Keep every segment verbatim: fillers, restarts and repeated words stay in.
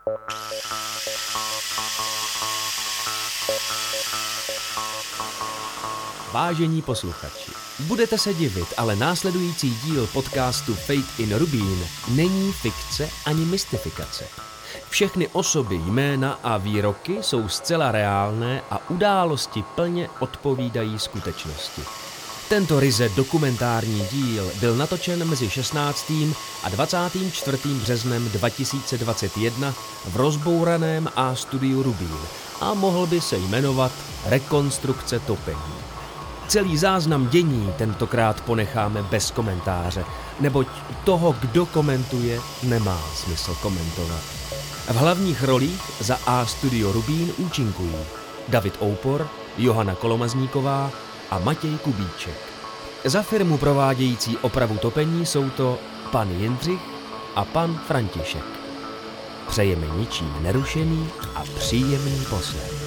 Vážení posluchači, budete se divit, ale následující díl podcastu Fate in Rubín není fikce ani mystifikace. Všechny osoby, jména a výroky jsou zcela reálné a události plně odpovídají skutečnosti. Tento ryze dokumentární díl byl natočen mezi šestnáctým a dvacátým čtvrtým březnem dva tisíce dvacet jedna v rozbouraném A studiu Rubín a mohl by se jmenovat Rekonstrukce topení. Celý záznam dění tentokrát ponecháme bez komentáře, neboť toho, kdo komentuje, nemá smysl komentovat. V hlavních rolích za A studio Rubín účinkují David Oupor, Johana Kolomazníková a Matěj Kubíček. Za firmu provádějící opravu topení jsou to pan Jindřich a pan František. Přejeme ničím nerušený a příjemný poslech.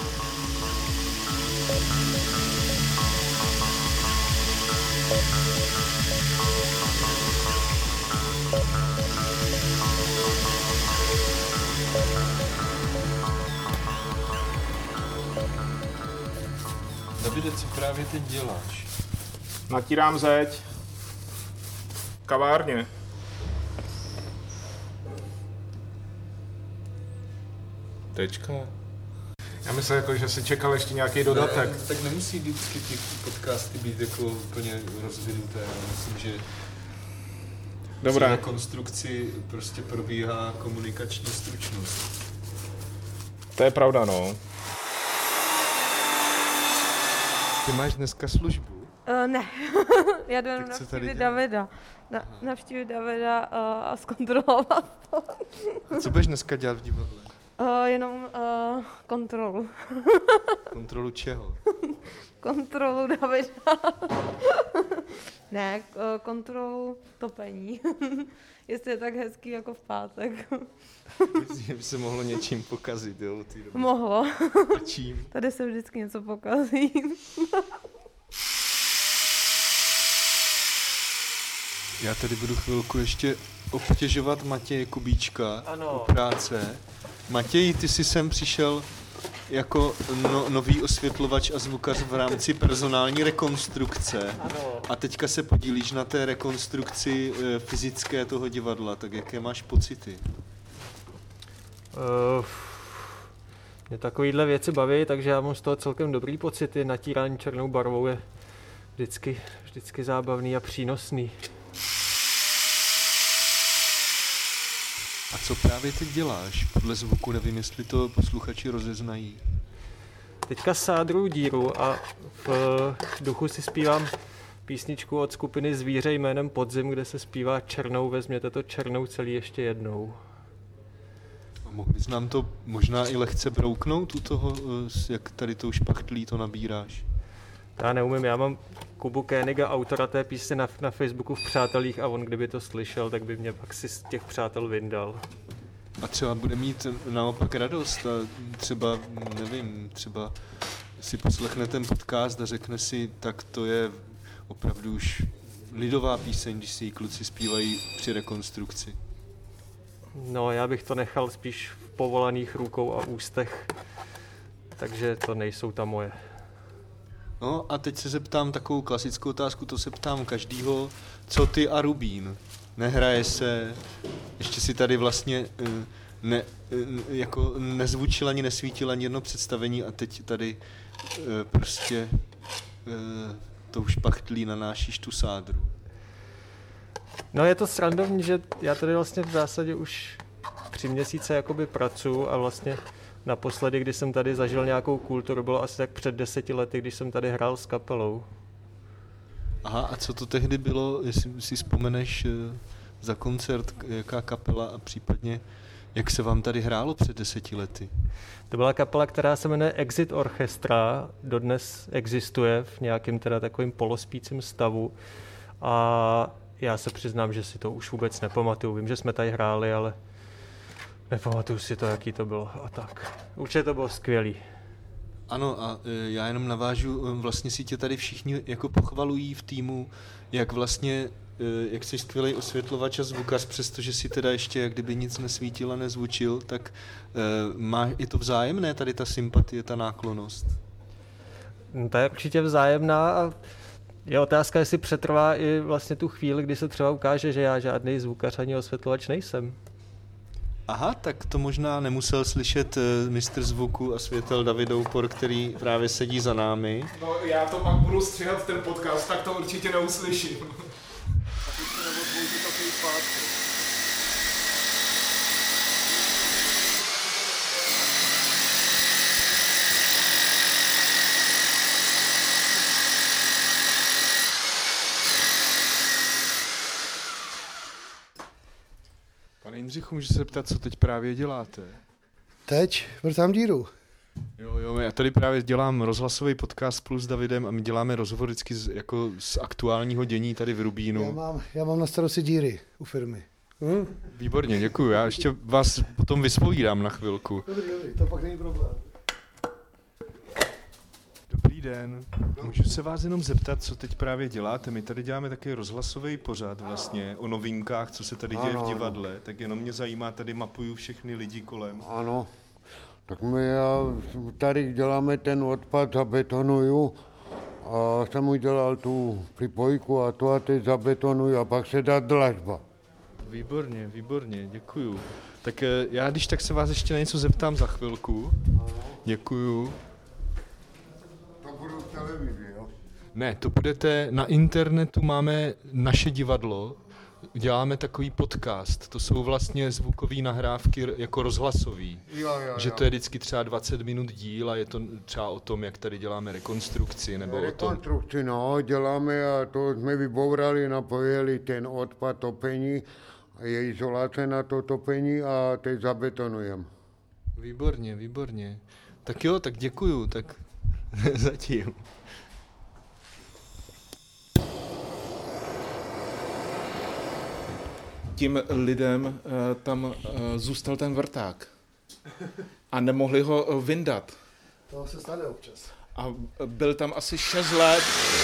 Davide, co právě teď děláš? Natírám zeď. V kavárně. Tečka. Já myslím, jako, že jsi čekal ještě nějaký dodatek. Ne, tak nemusí vždycky ty podcasty být jako úplně rozvinuté. Já myslím, že Dobrá. při rekonstrukci prostě probíhá komunikační stručnost. To je pravda, no. Ty máš dneska službu? Uh, ne, já jdu Tak co tady navštívit děláš? Davida. Na, navštívit Davida uh, a zkontrolovat to. A co budeš dneska dělat v divadle? Uh, jenom uh, kontrolu. Kontrolu čeho? Kontrolu Davida. ne, uh, kontrolu topení. Jestli je tak hezký jako v pátek. Myslím, že by se mohlo něčím pokazit, jo? Ty doby. Mohlo. A čím? Tady se vždycky něco pokazí. Já tady budu chvilku ještě obtěžovat Matěje Kubíčka Ano. o práce. Matěj, ty jsi sem přišel jako no, nový osvětlovač a zvukař v rámci personální rekonstrukce. Ano. A teďka se podílíš na té rekonstrukci e, fyzické toho divadla, tak jaké máš pocity? Uh, mě takovýhle věci baví, takže já mám z toho celkem dobrý pocity. Natírání černou barvou je vždycky, vždycky zábavný a přínosný. A co právě teď děláš? Podle zvuku nevím, jestli to posluchači rozeznají. Teďka sádru díru a v duchu si zpívám písničku od skupiny Zvíře jménem Podzim, kde se zpívá Černou, vezměte to černou celý ještě jednou. A mohl bys nám to možná i lehce brouknout u toho, e, jak tady tou špachtlí to nabíráš? Já neumím, já mám Kubu Koeniga, autora té písně na, na Facebooku v Přátelích a on kdyby to slyšel, tak by mě pak si z těch přátel vyndal. A třeba bude mít naopak radost a třeba, nevím, třeba si poslechne ten podcast a řekne si, tak to je opravdu už lidová píseň, když si ji kluci zpívají při rekonstrukci. No, já bych to nechal spíš v povolaných rukou a ústech, takže to nejsou ta moje. No a teď se zeptám takovou klasickou otázku, to se ptám každýho, co ty a Rubín? Nehraje se, ještě si tady vlastně ne, jako nezvučil ani nesvítil ani jedno představení a teď tady prostě tou špachtlí nanášíš tu sádru. No je to srandovní, že já tady vlastně v zásadě už tři měsíce jakoby pracuji a vlastně naposledy, když jsem tady zažil nějakou kulturu, bylo asi tak před deseti lety, když jsem tady hrál s kapelou. Aha, a co to tehdy bylo, jestli si vzpomeneš za koncert, jaká kapela a případně jak se vám tady hrálo před deseti lety? To byla kapela, která se jmenuje Exit Orchestra, dodnes existuje v nějakém teda takovým polospícím stavu a já se přiznám, že si to už vůbec nepamatuju. Vím, že jsme tady hráli, ale nepamatuju si to, jaký to bylo a tak. Určitě to bylo skvělý. Ano a e, já jenom navážu, vlastně si tě tady všichni jako pochvalují v týmu, jak vlastně jak jsi skvělý osvětlovač a zvukař, přestože si teda ještě jak kdyby nic nesvítil a nezvučil, tak má, je to vzájemné tady ta sympatie, ta náklonnost? No, to je určitě vzájemná a je otázka, jestli přetrvá i vlastně tu chvíli, kdy se třeba ukáže, že já žádný zvukař ani osvětlovač nejsem. Aha, tak to možná nemusel slyšet uh, mistr zvuku a světel David Oupor, který právě sedí za námi. No já to pak budu stříhat ten podcast, tak to určitě neuslyším. Pane Jindřichu, můžu se zeptat, co teď právě děláte? Teď vrtám díru. Jo, jo, já tady právě dělám rozhlasový podcast spolu s Davidem a my děláme rozhovor vždycky z, jako z aktuálního dění tady v Rubínu. Já mám, já mám na starosti díry u firmy. Hm? Výborně, děkuju. Já ještě vás potom vyspovídám na chvilku. Dobrý, dobrý, to pak není problém. Dobrý den. Můžu se vás jenom zeptat, co teď právě děláte? My tady děláme takový rozhlasový pořad vlastně o novinkách, co se tady děje ano, v divadle. Ano. Tak jenom mě zajímá, tady mapuju všechny lidi kolem. Ano, tak my tady děláme ten odpad, zabetonuju a jsem udělal tu připojku a to a teď zabetonuju a pak se dá dlažba. Výborně, výborně, děkuju. Tak já když tak se vás ještě na něco zeptám za chvilku. Děkuju. To budu v televizi, jo? Ne, to budete na internetu, máme naše divadlo, děláme takový podcast, to jsou vlastně zvukové nahrávky jako rozhlasový, Jo, jo, že jo. to je vždycky třeba dvacet minut díl a je to třeba o tom, jak tady děláme rekonstrukci, nebo o tom... Rekonstrukci, no, děláme a to jsme vybourali, napojili ten odpad topení, je izolace na to topení a teď zabetonujeme. Výborně, výborně. Tak jo, tak děkuju, tak zatím. Tím lidem tam zůstal ten vrták a nemohli ho vyndat. To se stane občas. A byl tam asi šest let.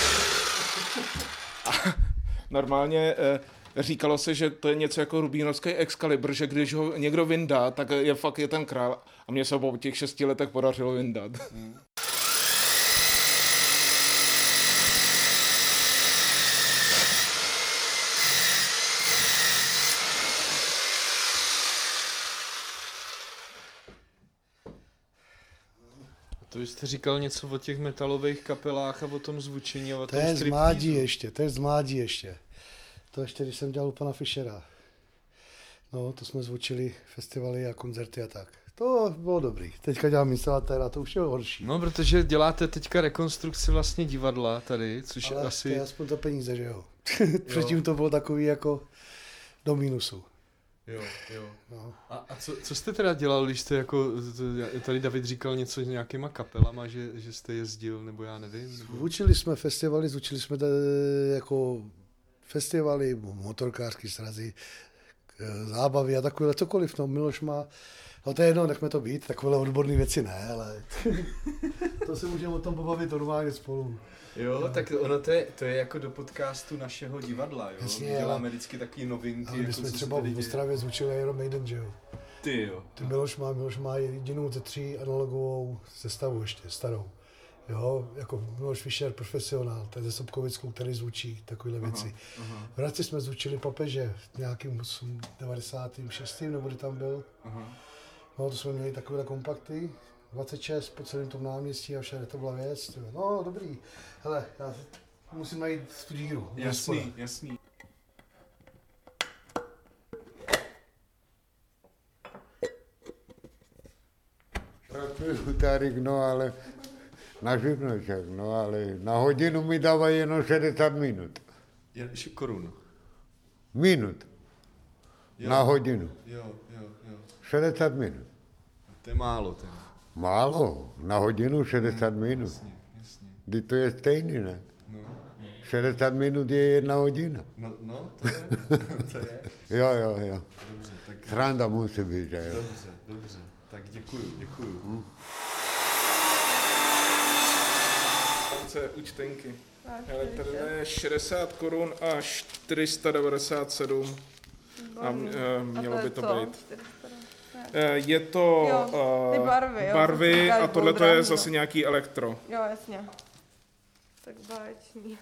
A normálně říkalo se, že to je něco jako rubínovský Excalibur, že když ho někdo vyndá, tak je fakt je ten král. A mně se po těch šesti letech podařilo vyndat. Hmm. To jste říkal něco o těch metalových kapelách a o tom zvučení a o To tom je z striptýzu. mládí ještě, to je z mládí ještě. To ještě, když jsem dělal u pana Fischera. No, to jsme zvučili festivaly a koncerty a tak. To bylo dobrý. Teďka dělám instalatéra, to už je horší. No, protože děláte teďka rekonstrukci vlastně divadla tady, což Ale asi... to je aspoň to peníze, že jo. Předtím to bylo takový jako do mínusu. Jo, jo. No. A, a co, co jste teda dělal, když jste jako, tady David říkal něco s nějakýma kapelama, že, že jste jezdil, nebo já nevím? Nebo... Zvučili jsme festivaly, zvučili jsme tady jako festivaly, motorkářský srazy, zábavy a takové, cokoliv, no, Miloš má, no to je jedno, nechme to být, takové odborné věci ne, ale to se můžeme o tom pobavit normálně spolu. Jo, tak ono to je, to je jako do podcastu našeho divadla, jo? Jasně, My děláme ale- vždycky taky novinky. Ale my jako jsme co se třeba tady v děje. Ostravě zvučili Iron Maiden, že jo. Ty jo. Ty Miloš má, Miloš má jedinou ze tří analogovou sestavu ještě, starou. Jo, jako Miloš Fischer, profesionál, to je ze Sobkovickou, který zvučí takovéhle věci. Aha, V Hradci jsme zvučili papeže v nějakým devadesátém šestém nebo kdy tam byl. aha. No, to jsme měli takové kompakty, dvacet šest po celém tom náměstí a všade to byla věc. Tyhle. No, dobrý. Hele, já musím najít tu díru. Jasný, jasný. Pracuji tady, no ale na živnoček, no ale na hodinu mi dávají jenom šedesát minut. Je, korun. Minut. Jo. Na hodinu. Jo, jo, jo. šedesát minut. To je málo teda. Málo. Na hodinu šedesát minut. Jasně, jasně. Kdy to je stejný, ne? No, no. šedesát minut je jedna hodina. No, no, to je, to je. Jo, jo, jo. Dobře, tak Sranda musí být, že jo. dobře, dobře. Tak děkuju, děkuju. Co zase účtenky. Tak, Ale tady je šedesát korun a čtyři sta devadesát sedm. A e, mělo by to být. E, je to jo, ty barvy, jo, barvy a tohle to je zase nějaký elektro. Jo, jasně. Tak báječní.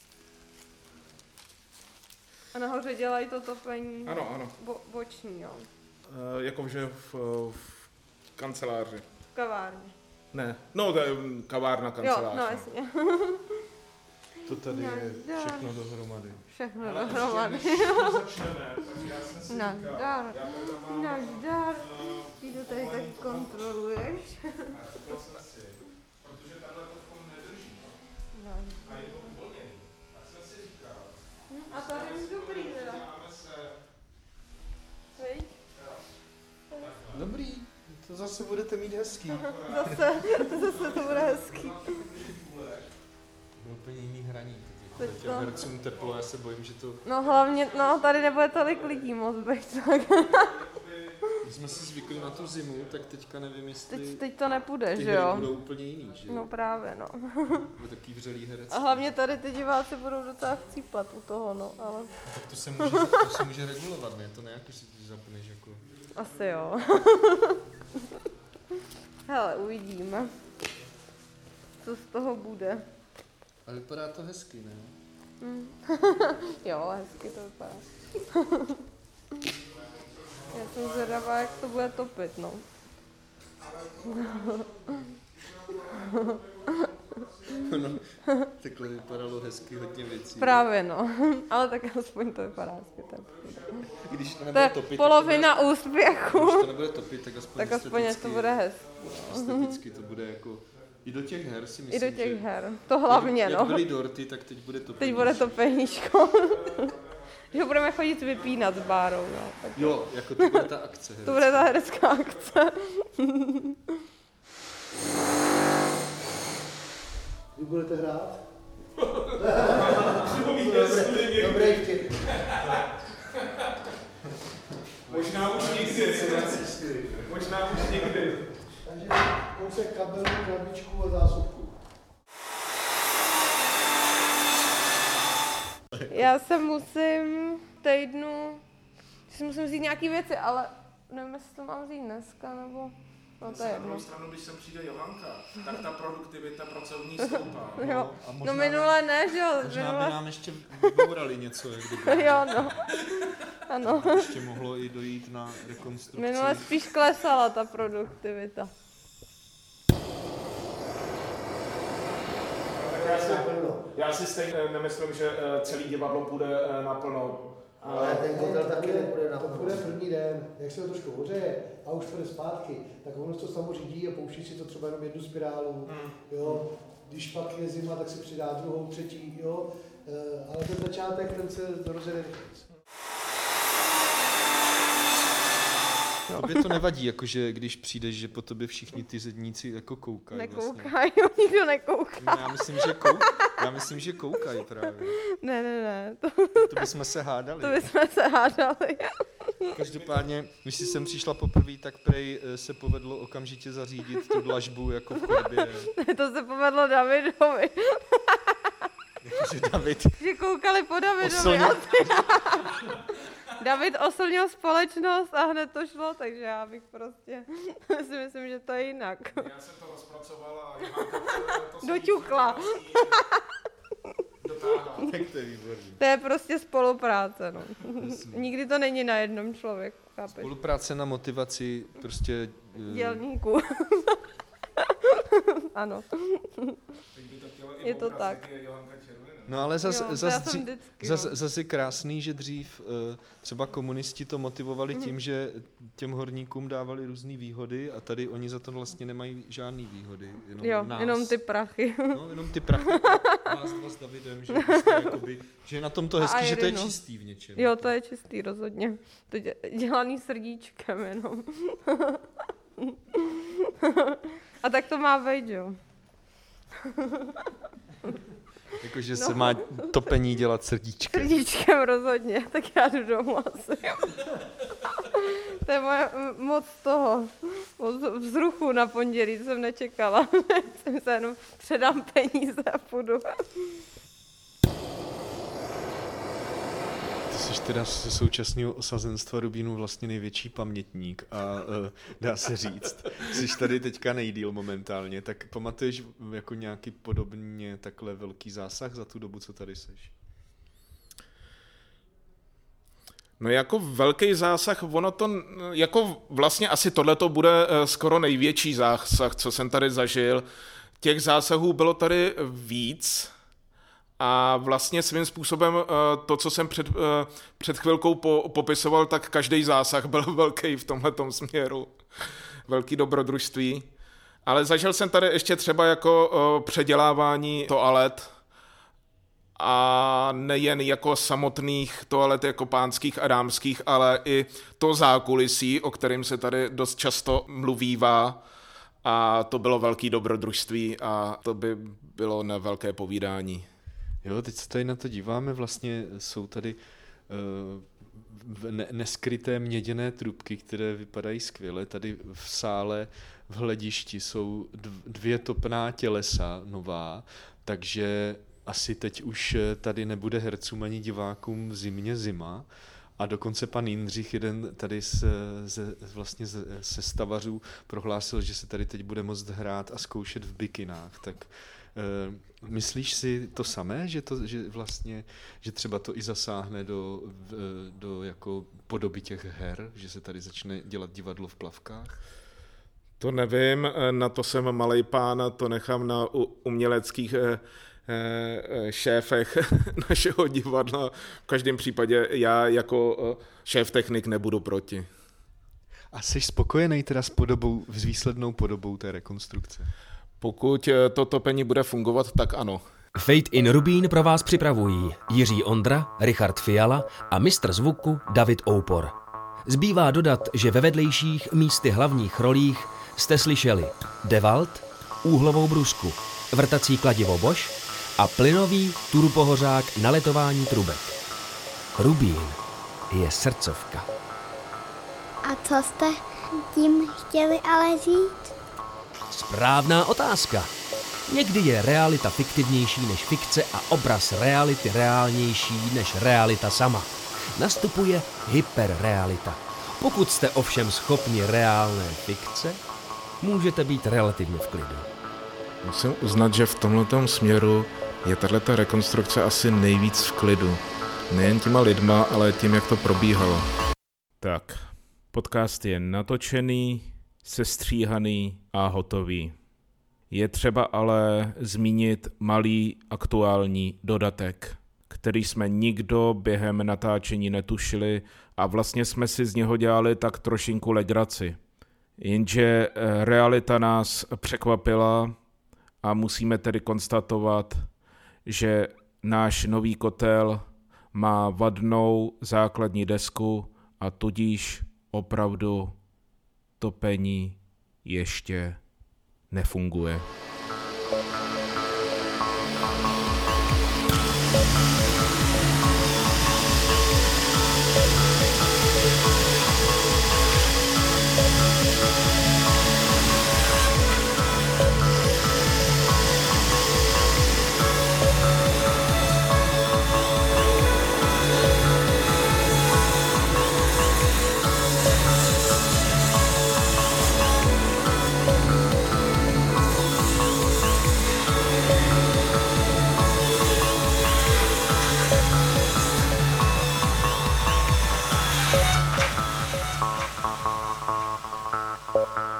A nahoře dělají to topení. Ano, ano. Bo, boční, jo. E, jakože v, v kanceláři. V kavárně. Ne, no to je kavárna, kancelář. Jo, no jasně. To tady je všechno dohromady. Všechno dohromady. Nazdar. Nazdar. Ty to tady tak kontroluješ. A tady je dobrý teda. Dobrý, to zase budete mít hezký. Zase, zase to bude hezký. Bylo úplně jiný hraní. Teď Těm hercům teplo, já se bojím, že to... No hlavně, no tady nebude tolik lidí moc být, tak. Když jsme si zvykli na tu zimu, tak teďka nevím, jestli Teď, teď to nepůjde, ty že hry jo? budou úplně jiný, že jo? No právě, no. Bude takový vřelý herec. A hlavně tady ty diváci budou docela chcípat u toho, no, ale Tak to se může, to se může regulovat, ne? To ne jako si ty zapneš jako... asi jo. Hele, uvidíme, co z toho bude. A vypadá to hezky, ne? Mm. Jo, hezky to vypadá. Já jsem zvědavá, jak to bude topit, no. No, takhle vypadalo hezky hodně věcí. Právě, no. Ale tak aspoň to vypadá hezky. Tak. Když to To nebude je topit, polovina tak to bude, úspěchu. když to nebude topit, tak aspoň Tak aspoň to bude hezky. Esteticky to bude jako... I do těch her si myslím, I do těch že... her. To hlavně, jak, no. Jak byly dorty, tak teď bude to Teď bude to peníčko. Že budeme chodit vypínat s bárou, no. Tak jo, jako to bude ta akce. to bude ta herecká akce. Vy budete hrát? Dobrý vtip. Možná už někdy. Možná už někdy. Takže kousek kabelů, krabičku a zásobku. Já se musím týdnu, si musím vzít nějaký věci, ale nevím, jestli to mám vzít dneska, nebo... No to je Na jedno. druhou stranu, když sem přijde Johanka, tak ta produktivita pracovní stoupá. Jo. a možná- No minule ne, že jo? Možná by Minule... nám ještě vybourali něco, jak kdyby. Jo, no. Ano. Ještě mohlo i dojít na rekonstrukci. Minule spíš klesala ta produktivita. Já si, já si stejně nemyslím, že celý divadlo půjde naplno. Ale ten kotel taky nepůjde na to. To bude první den, jak se to trošku hořeje a už půjde zpátky, tak ono to samo řídí a pouští si to třeba jenom jednu spirálu, Hmm. jo. Když pak je zima, tak si přidá druhou, třetí, jo. E, ale ten začátek, ten se rozjede rychle. No. Tobě to nevadí, jakože když přijdeš, že po tobě všichni ty zedníci jako koukají. Nekoukají, nikdo nekouká. No, já myslím, že kou... já myslím, že koukají právě. Ne, ne, ne, to, To bychom se hádali. to bychom se hádali. Každopádně, když jsi sem přišla poprvé, tak prej se povedlo okamžitě zařídit tu dlažbu jako v chodbě. To se povedlo Davidovi. Jakože David Že koukali po Davidovi. oslnil, David oslnil společnost a hned to šlo, takže já bych prostě si myslím, že to je jinak. Já jsem to rozpracovala a Johanka to samý Doťukla. dotáhla. tak to je výborný. To je prostě spolupráce, no. Jasně. Nikdy to není na jednom člověku, chápeš? Spolupráce na motivaci prostě... eh, Dělníků. Ano, Teď by to chtělo i Je to obraz, tak. jak je Johanka Červená. No ale zas, Jo, to zas, já jsem dří, vždycky, zas, no. zas je krásný, že dřív uh, třeba komunisti to motivovali Mhm. tím, že těm horníkům dávali různé výhody a tady oni za to vlastně nemají žádné výhody. Jenom jo, nás. jenom ty prachy. No, jenom ty prachy. Vás dva s Davidem, že, prostě jakoby, že je na tom to hezký, že to je Irinu. čistý v něčem. Jo, to je čistý, rozhodně. To je dělaný srdíčkem jenom. A tak to má být, jo. Jakože No. se má topení dělat srdíčkem. Srdíčkem rozhodně, tak já jdu domů asi. To je moje m- moc toho, moc vzruchu na pondělí, jsem nečekala. Jsem se jenom předám peníze a půjdu. Ty jsi teda ze současného osazenstva Rubínu vlastně největší pamětník a uh, dá se říct, jsi tady teďka nejdýl momentálně, tak pamatuješ jako nějaký podobně takhle velký zásah za tu dobu, co tady seš? No jako velký zásah, ono to, jako vlastně asi tohleto bude skoro největší zásah, co jsem tady zažil. Těch zásahů bylo tady víc a vlastně svým způsobem to, co jsem před, před chvilkou po, popisoval, tak každý zásah byl velký v tomhletom směru. Velký dobrodružství. Ale zažil jsem tady ještě třeba jako předělávání toalet, a nejen jako samotných toalet jako pánských a dámských, ale i to zákulisí, o kterém se tady dost často mluvívá, a to bylo velký dobrodružství a to by bylo na velké povídání. Jo, teď se tady na to díváme, vlastně jsou tady uh, ne- neskryté měděné trubky, které vypadají skvěle. Tady v sále v hledišti jsou dvě topná tělesa nová, takže asi teď už tady nebude hercům ani divákům v zimě zima a dokonce pan Jindřich, jeden tady z, z, vlastně z, se stavařů, prohlásil, že se tady teď bude moct hrát a zkoušet v bikinách. Tak e, myslíš si to samé, že, to, že vlastně, že třeba to i zasáhne do, do jako podoby těch her, že se tady začne dělat divadlo v plavkách? To nevím, na to jsem malej pán, to nechám na uměleckých šéfech našeho divadla. V každém případě já jako šéf technik nebudu proti. A jsi spokojený teda s podobou, s výslednou podobou té rekonstrukce? Pokud to topení bude fungovat, tak ano. Fate in Rubín pro vás připravují Jiří Ondra, Richard Fiala a mistr zvuku David Oupor. Zbývá dodat, že ve vedlejších místy hlavních rolích jste slyšeli Devalt, úhlovou brusku, vrtací kladivo Bosch a plynový turbohořák na letování trubek. Rubín je srdcovka. A co jste tím chtěli ale říct? Správná otázka. Někdy je realita fiktivnější než fikce a obraz reality reálnější než realita sama. Nastupuje hyperrealita. Pokud jste ovšem schopni reálné fikce, můžete být relativně v klidu. Musím uznat, že v tomhletom směru je tato rekonstrukce asi nejvíc v klidu. Nejen těma lidma, ale tím, jak to probíhalo. Tak, podcast je natočený, sestříhaný a hotový. Je třeba ale zmínit malý aktuální dodatek, který jsme nikdo během natáčení netušili a vlastně jsme si z něho dělali tak trošinku legraci. Jenže realita nás překvapila a musíme tedy konstatovat, že náš nový kotel má vadnou základní desku a tudíž opravdu topení ještě nefunguje. Thank you.